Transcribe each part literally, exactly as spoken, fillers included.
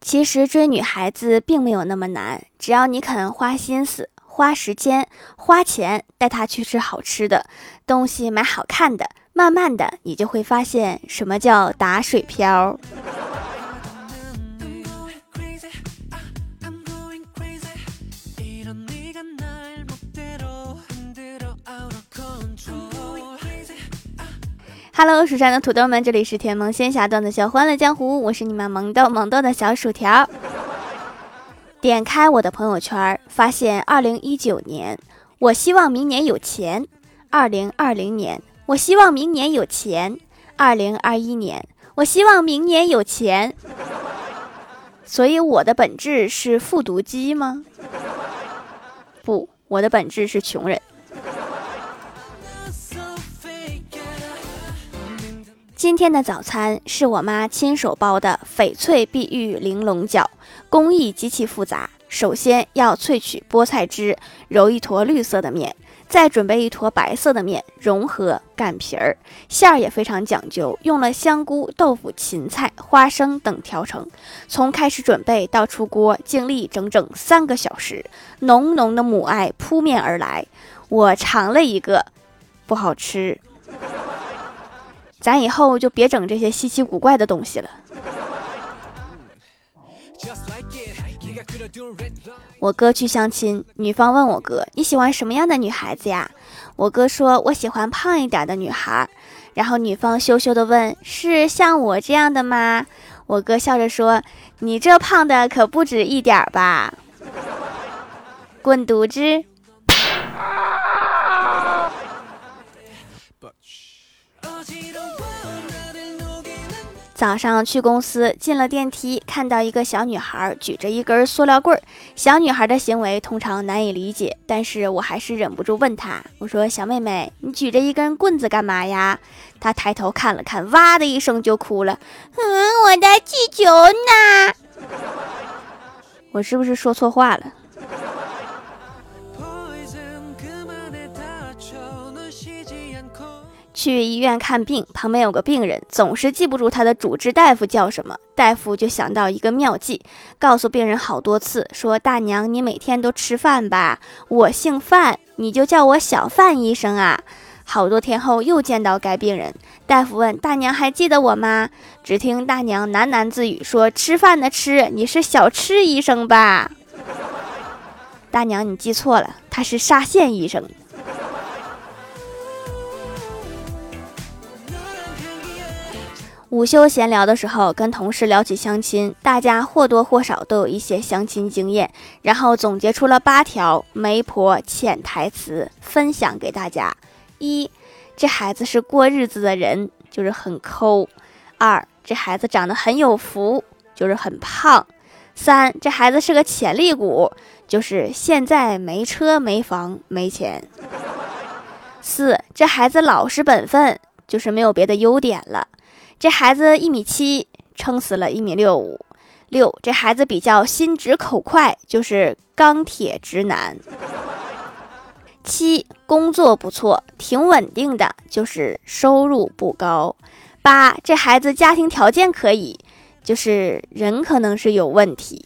其实追女孩子并没有那么难，只要你肯花心思、花时间、花钱，带她去吃好吃的东西，买好看的，慢慢的你就会发现什么叫打水漂。Hello， 蜀山的土豆们，这里是甜萌仙侠段子秀欢乐江湖，我是你们萌豆萌豆的小薯条。点开我的朋友圈，发现二零一九年，我希望明年有钱；二零二零年，我希望明年有钱；二零二一年，我希望明年有钱。所以我的本质是复读机吗？不，我的本质是穷人。今天的早餐是我妈亲手包的翡翠碧玉玲珑饺，工艺极其复杂。首先要萃取菠菜汁，揉一坨绿色的面，再准备一坨白色的面，融合擀皮儿。馅儿也非常讲究，用了香菇、豆腐、芹菜、花生等调成。从开始准备到出锅，经历整整三个小时，浓浓的母爱扑面而来。我尝了一个，不好吃。咱以后就别整这些稀奇古怪的东西了。我哥去相亲，女方问我哥，你喜欢什么样的女孩子呀？我哥说，我喜欢胖一点的女孩。然后女方羞羞地问，是像我这样的吗？我哥笑着说，你这胖的可不止一点吧。滚犊子。早上去公司，进了电梯，看到一个小女孩举着一根塑料棍儿。小女孩的行为通常难以理解，但是我还是忍不住问她，我说，小妹妹，你举着一根棍子干嘛呀？她抬头看了看，哇的一声就哭了，嗯，我的气球呢？我是不是说错话了？去医院看病，旁边有个病人总是记不住他的主治大夫叫什么，大夫就想到一个妙计，告诉病人好多次，说大娘你每天都吃饭吧，我姓范，你就叫我小范医生啊。好多天后又见到该病人，大夫问大娘还记得我吗？只听大娘喃喃自语说，吃饭的吃，你是小吃医生吧？大娘你记错了，他是沙县医生。午休闲聊的时候，跟同事聊起相亲，大家或多或少都有一些相亲经验，然后总结出了八条媒婆潜台词，分享给大家。一，这孩子是过日子的人，就是很抠。二，这孩子长得很有福，就是很胖。三，这孩子是个潜力股，就是现在没车没房没钱。四，这孩子老实本分，就是没有别的优点了。这孩子一米七，撑死了一米六五。六，这孩子比较心直口快，就是钢铁直男。七，工作不错，挺稳定的，就是收入不高。八，这孩子家庭条件可以，就是人可能是有问题。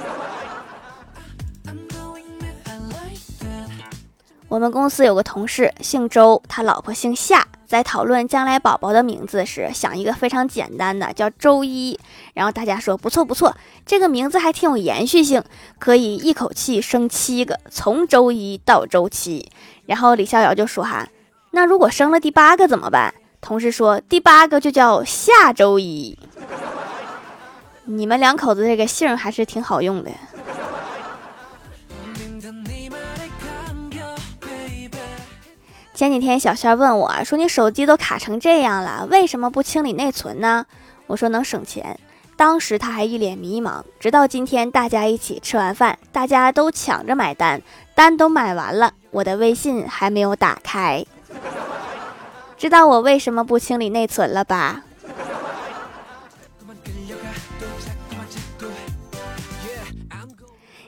我们公司有个同事姓周，他老婆姓夏，在讨论将来宝宝的名字时，想一个非常简单的，叫周一。然后大家说不错不错，这个名字还挺有延续性，可以一口气生七个，从周一到周七。然后李逍遥就说哈，那如果生了第八个怎么办？同事说第八个就叫下周一。你们两口子这个姓还是挺好用的。前几天小轩问我说，你手机都卡成这样了，为什么不清理内存呢？我说能省钱。当时他还一脸迷茫，直到今天大家一起吃完饭，大家都抢着买单，单都买完了，我的微信还没有打开。知道我为什么不清理内存了吧？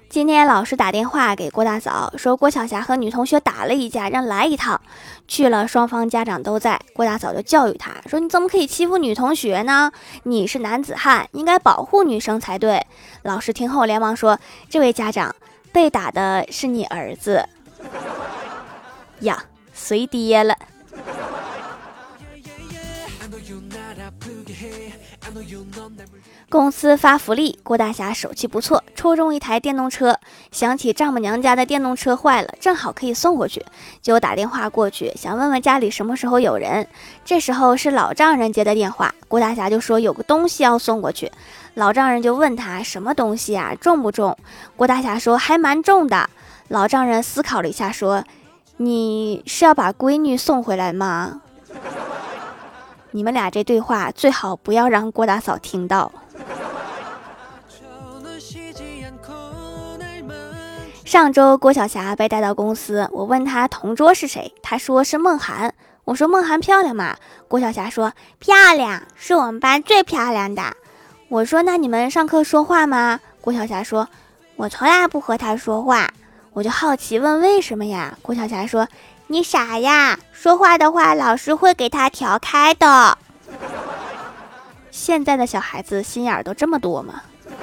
今天老师打电话给郭大嫂，说郭晓霞和女同学打了一架，让来一趟。去了，双方家长都在，郭大嫂就教育他说：“你怎么可以欺负女同学呢？你是男子汉，应该保护女生才对。”老师听后连忙说：“这位家长，被打的是你儿子呀，随爹了。”公司发福利，郭大侠手气不错，抽中一台电动车。想起丈母娘家的电动车坏了，正好可以送过去，就打电话过去，想问问家里什么时候有人。这时候是老丈人接的电话，郭大侠就说有个东西要送过去。老丈人就问他什么东西啊，重不重？郭大侠说还蛮重的。老丈人思考了一下说：“你是要把闺女送回来吗？”你们俩这对话最好不要让郭大嫂听到。上周郭晓霞被带到公司，我问她同桌是谁，她说是梦涵。我说梦涵漂亮吗？郭晓霞说漂亮，是我们班最漂亮的。我说那你们上课说话吗？郭晓霞说我从来不和她说话。我就好奇问为什么呀？郭晓霞说你傻呀，说话的话老师会给她调开的。现在的小孩子心眼都这么多吗？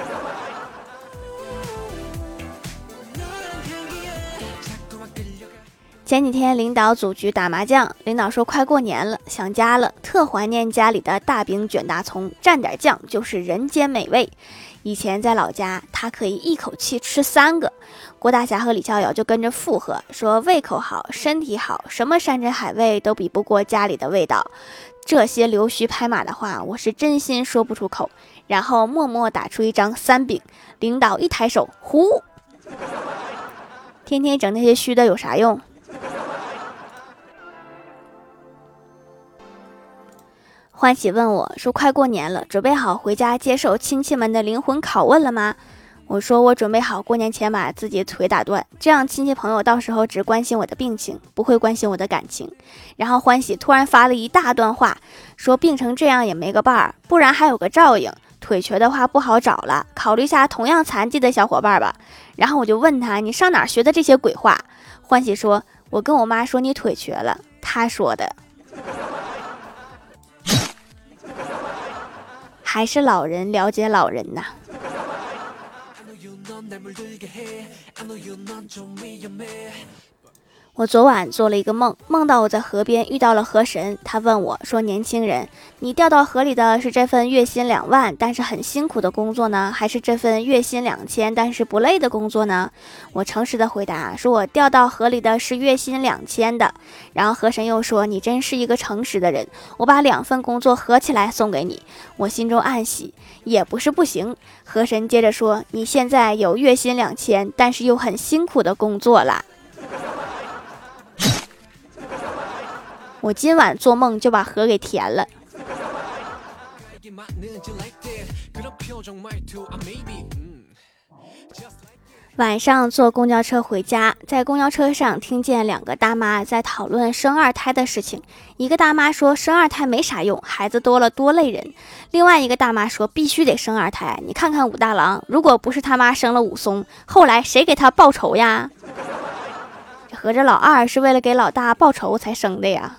前几天领导组局打麻将，领导说快过年了，想家了，特怀念家里的大饼卷大葱，蘸点酱就是人间美味。以前在老家他可以一口气吃三个。郭大侠和李逍遥就跟着附和说胃口好，身体好，什么山珍海味都比不过家里的味道。这些溜须拍马的话我是真心说不出口，然后默默打出一张三饼。领导一抬手，呼，天天整那些虚的有啥用？欢喜问我说快过年了，准备好回家接受亲戚们的灵魂拷问了吗？我说我准备好过年前把自己腿打断，这样亲戚朋友到时候只关心我的病情，不会关心我的感情。然后欢喜突然发了一大段话，说病成这样也没个伴儿，不然还有个照应，腿瘸的话不好找了，考虑一下同样残疾的小伙伴吧。然后我就问他，你上哪儿学的这些鬼话？欢喜说，我跟我妈说你腿瘸了，她说的。还是老人了解老人呐。我昨晚做了一个梦，梦到我在河边遇到了河神，他问我说，年轻人，你掉到河里的是这份月薪两万但是很辛苦的工作呢，还是这份月薪两千但是不累的工作呢？我诚实的回答说，我掉到河里的是月薪两千的。然后河神又说，你真是一个诚实的人，我把两份工作合起来送给你。我心中暗喜，也不是不行。河神接着说，你现在有月薪两千但是又很辛苦的工作啦。我今晚做梦就把河给填了。晚上坐公交车回家，在公交车上听见两个大妈在讨论生二胎的事情。一个大妈说生二胎没啥用，孩子多了多累人。另外一个大妈说必须得生二胎，你看看武大郎，如果不是他妈生了武松，后来谁给他报仇呀？合着老二是为了给老大报仇才生的呀。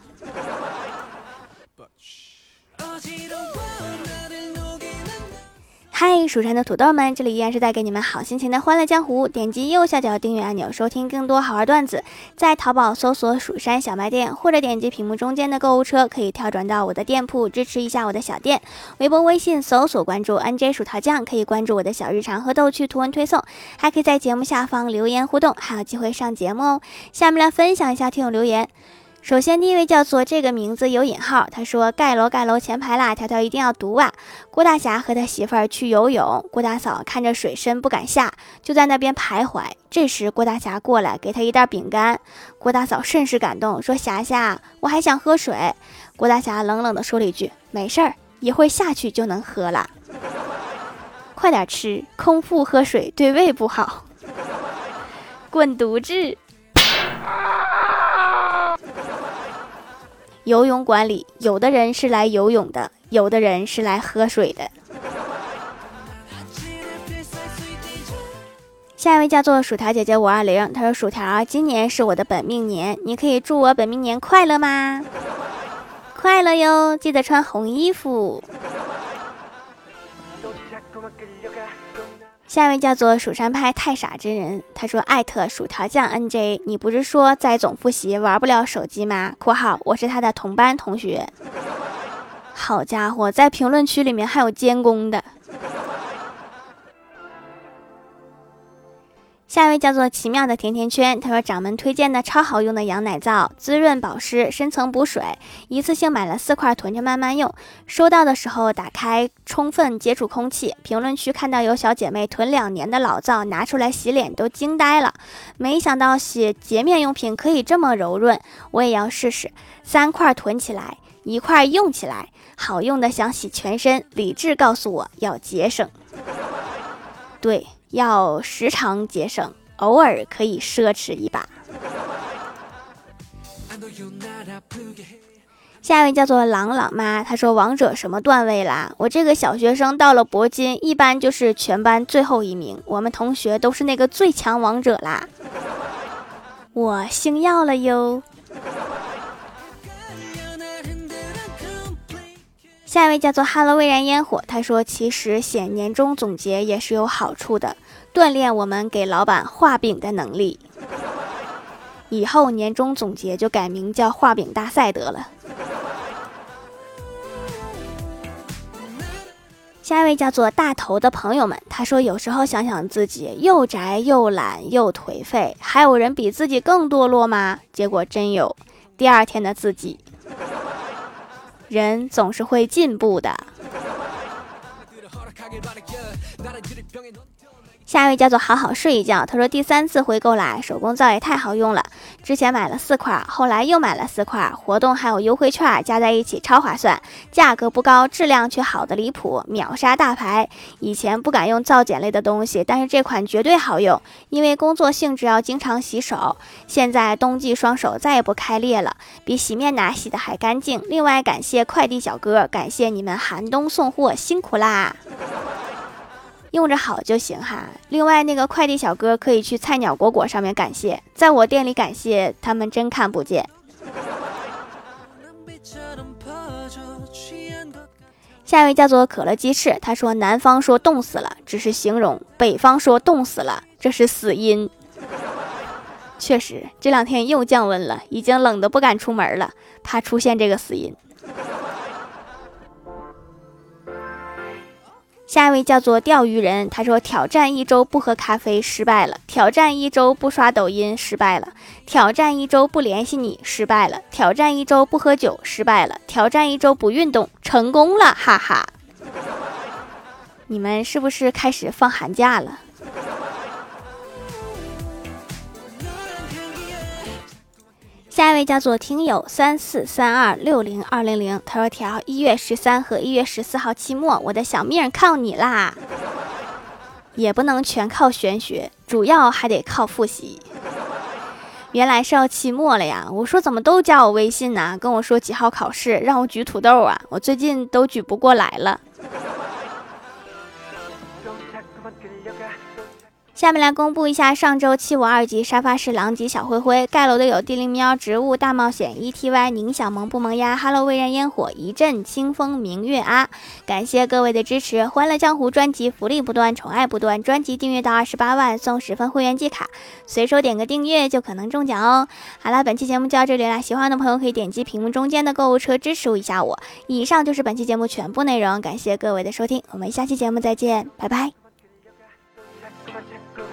嗨，蜀山的土豆们，这里依然是带给你们好心情的欢乐江湖。点击右下角订阅按钮，收听更多好玩段子。在淘宝搜索蜀山小卖店，或者点击屏幕中间的购物车，可以跳转到我的店铺，支持一下我的小店。微博微信搜索关注 N J 薯条酱，可以关注我的小日常和逗趣图文推送，还可以在节目下方留言互动，还有机会上节目哦。下面来分享一下听友留言。首先第一位叫做这个名字有引号，他说盖楼盖楼前排啦，条条一定要读啊。郭大侠和他媳妇儿去游泳，郭大嫂看着水深不敢下，就在那边徘徊。这时郭大侠过来给他一袋饼干，郭大嫂甚是感动，说霞霞我还想喝水。郭大侠冷冷地说了一句，没事儿，一会儿下去就能喝了。快点吃，空腹喝水对胃不好。滚犊子。游泳馆里，有的人是来游泳的，有的人是来喝水的。 下一位叫做薯条姐姐五二零，她说薯条今年是我的本命年，你可以祝我本命年快乐吗？快乐哟，记得穿红衣服。下一位叫做蜀山派太傻之人，他说艾特薯条酱 N J， 你不是说在总复习玩不了手机吗？括号我是他的同班同学。好家伙，在评论区里面还有监工的。下一位叫做奇妙的甜甜圈，他说掌门推荐的超好用的羊奶皂，滋润保湿，深层补水，一次性买了四块囤着慢慢用。收到的时候打开充分接触空气，评论区看到有小姐妹囤两年的老皂拿出来洗脸都惊呆了，没想到洗洁面用品可以这么柔润，我也要试试。三块囤起来，一块用起来，好用的想洗全身，理智告诉我要节省。对，要时常节省，偶尔可以奢侈一把。下一位叫做朗朗妈，她说王者什么段位啦？我这个小学生到了铂金一般就是全班最后一名，我们同学都是那个最强王者啦。我星耀了哟。下一位叫做哈喽蔚然烟火，他说其实写年终总结也是有好处的，锻炼我们给老板画饼的能力。以后年终总结就改名叫画饼大赛得了。下一位叫做大头的朋友们，他说有时候想想自己又宅又懒又颓废，还有人比自己更堕落吗？结果真有。第二天的自己，人总是会进步的。下一位叫做好好睡一觉，他说第三次回购啦，手工皂也太好用了，之前买了四块，后来又买了四块，活动还有优惠券，加在一起超划算，价格不高，质量却好的离谱，秒杀大牌。以前不敢用皂碱类的东西，但是这款绝对好用，因为工作性质要经常洗手，现在冬季双手再也不开裂了，比洗面奶洗的还干净。另外感谢快递小哥，感谢你们寒冬送货，辛苦啦。用着好就行哈。另外那个快递小哥可以去菜鸟果果上面感谢，在我店里感谢他们真看不见。下一位叫做可乐鸡翅，他说南方说冻死了只是形容，北方说冻死了这是死因。确实这两天又降温了，已经冷得不敢出门了，怕出现这个死因。下一位叫做钓鱼人，他说挑战一周不喝咖啡失败了，挑战一周不刷抖音失败了，挑战一周不联系你失败了，挑战一周不喝酒失败了，挑战一周不运动成功了，哈哈。你们是不是开始放寒假了？下一位叫做听友三四三二六零二零零，他说条一月十三和一月十四号期末，我的小命靠你啦！也不能全靠玄学，主要还得靠复习。原来是要期末了呀！我说怎么都加我微信呢？跟我说几号考试，让我举土豆啊！我最近都举不过来了。下面来公布一下上周七五二级沙发是狼藉小灰灰，盖楼的有地灵喵、植物大冒险、E T Y、宁小萌不萌呀、Hello 蔚然烟火、一阵清风明月啊！感谢各位的支持，欢乐江湖专辑福利不断，宠爱不断，专辑订阅到二十八万送十分会员季卡，随手点个订阅就可能中奖哦。好了，本期节目就到这里了，喜欢的朋友可以点击屏幕中间的购物车支持一下我。以上就是本期节目全部内容，感谢各位的收听，我们下期节目再见，拜拜。